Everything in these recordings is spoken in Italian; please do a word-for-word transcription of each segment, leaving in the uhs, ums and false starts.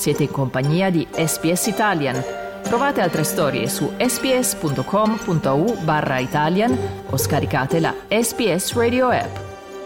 Siete in compagnia di S B S Italian. Trovate altre storie su sbs.com.au barra Italian o scaricate la S B S Radio app.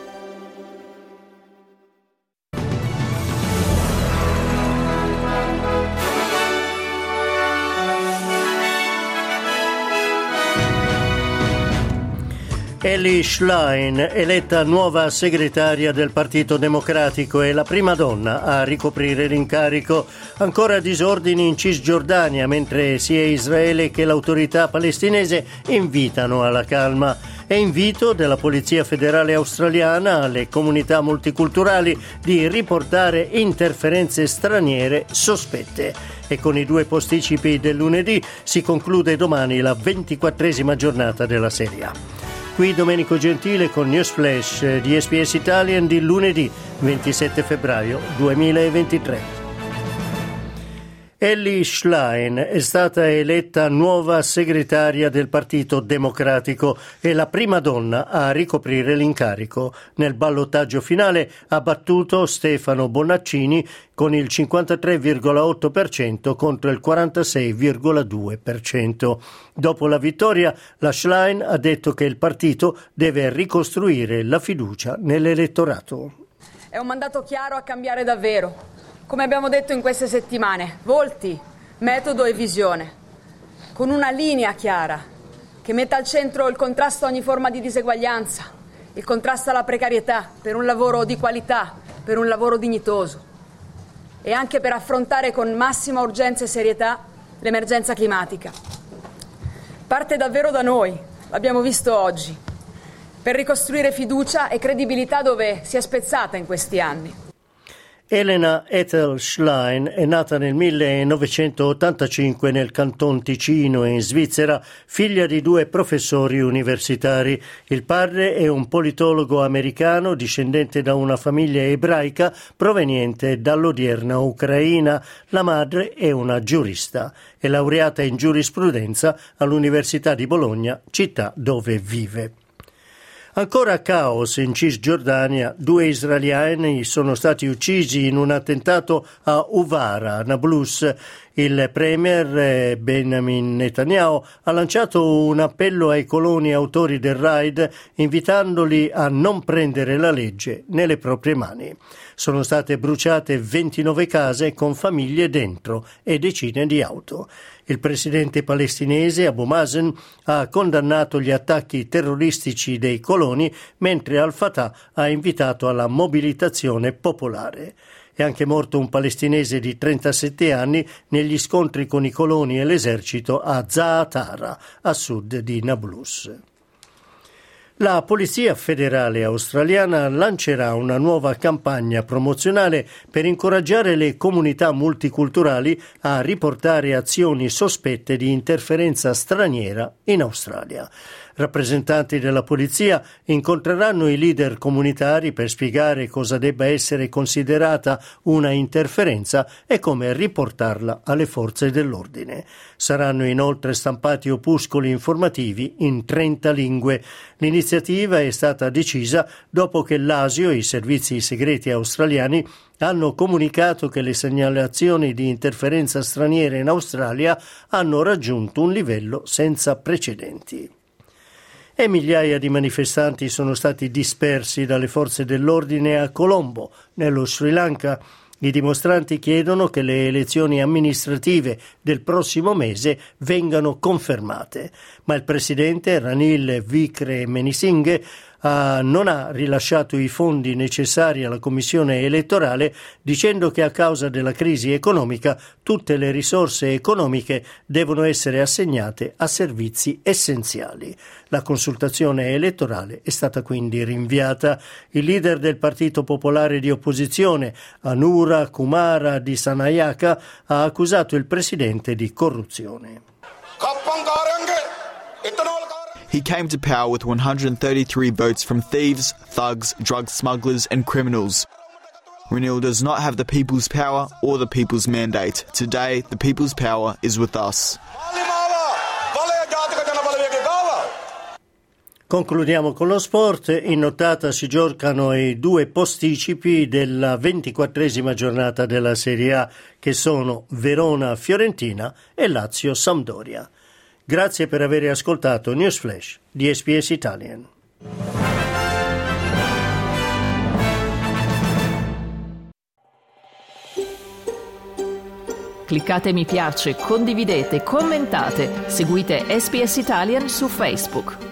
Elly Schlein, eletta nuova segretaria del Partito Democratico, è la prima donna a ricoprire l'incarico. Ancora disordini in Cisgiordania, mentre sia Israele che l'autorità palestinese invitano alla calma. E invito della Polizia Federale Australiana alle comunità multiculturali di riportare interferenze straniere sospette. E con i due posticipi del lunedì si conclude domani la ventiquattresima giornata della Serie A. Qui Domenico Gentile con News Flash di S B S Italian di lunedì ventisette febbraio duemilaventitré. Elly Schlein è stata eletta nuova segretaria del Partito Democratico e la prima donna a ricoprire l'incarico. Nel ballottaggio finale ha battuto Stefano Bonaccini con il cinquantatré virgola otto per cento contro il quarantasei virgola due per cento. Dopo la vittoria, la Schlein ha detto che il partito deve ricostruire la fiducia nell'elettorato. È un mandato chiaro a cambiare davvero. Come abbiamo detto in queste settimane, volti, metodo e visione, con una linea chiara che metta al centro il contrasto a ogni forma di diseguaglianza, il contrasto alla precarietà, per un lavoro di qualità, per un lavoro dignitoso e anche per affrontare con massima urgenza e serietà l'emergenza climatica. Parte davvero da noi, l'abbiamo visto oggi, per ricostruire fiducia e credibilità dove si è spezzata in questi anni. Elena Ethel Schlein è nata nel millenovecentottantacinque nel Canton Ticino in Svizzera, figlia di due professori universitari. Il padre è un politologo americano discendente da una famiglia ebraica proveniente dall'odierna Ucraina. La madre è una giurista. È laureata in giurisprudenza all'Università di Bologna, città dove vive. Ancora caos in Cisgiordania, due israeliani sono stati uccisi in un attentato a Uvara, Nablus. Il premier Benjamin Netanyahu ha lanciato un appello ai coloni autori del raid, invitandoli a non prendere la legge nelle proprie mani. Sono state bruciate ventinove case con famiglie dentro e decine di auto. Il presidente palestinese Abu Mazen ha condannato gli attacchi terroristici dei coloni, mentre Al-Fatah ha invitato alla mobilitazione popolare. È anche morto un palestinese di trentasette anni negli scontri con i coloni e l'esercito a Zaatara, a sud di Nablus. La Polizia Federale Australiana lancerà una nuova campagna promozionale per incoraggiare le comunità multiculturali a riportare azioni sospette di interferenza straniera in Australia. Rappresentanti della polizia incontreranno i leader comunitari per spiegare cosa debba essere considerata una interferenza e come riportarla alle forze dell'ordine. Saranno inoltre stampati opuscoli informativi in trenta lingue. L'iniziativa è stata decisa dopo che l'Asio e i servizi segreti australiani hanno comunicato che le segnalazioni di interferenza straniera in Australia hanno raggiunto un livello senza precedenti. E migliaia di manifestanti sono stati dispersi dalle forze dell'ordine a Colombo, nello Sri Lanka. I dimostranti chiedono che le elezioni amministrative del prossimo mese vengano confermate, ma il presidente Ranil Wickremesinghe Uh, non ha rilasciato i fondi necessari alla commissione elettorale, dicendo che a causa della crisi economica tutte le risorse economiche devono essere assegnate a servizi essenziali. La consultazione elettorale è stata quindi rinviata. Il leader del Partito Popolare di Opposizione, Anura Kumara Dissanayaka, ha accusato il presidente di corruzione. He came to power with one hundred thirty-three votes from thieves, thugs, drug smugglers and criminals. Ranil does not have the people's power or the people's mandate. Today, the people's power is with us. Concludiamo con lo sport. In nottata si giocano i due posticipi della ventiquattresima giornata della Serie A, che sono Verona-Fiorentina e Lazio-Sampdoria. Grazie per aver ascoltato News Flash di S B S Italian. Cliccate mi piace, condividete, commentate, seguite S B S Italian su Facebook.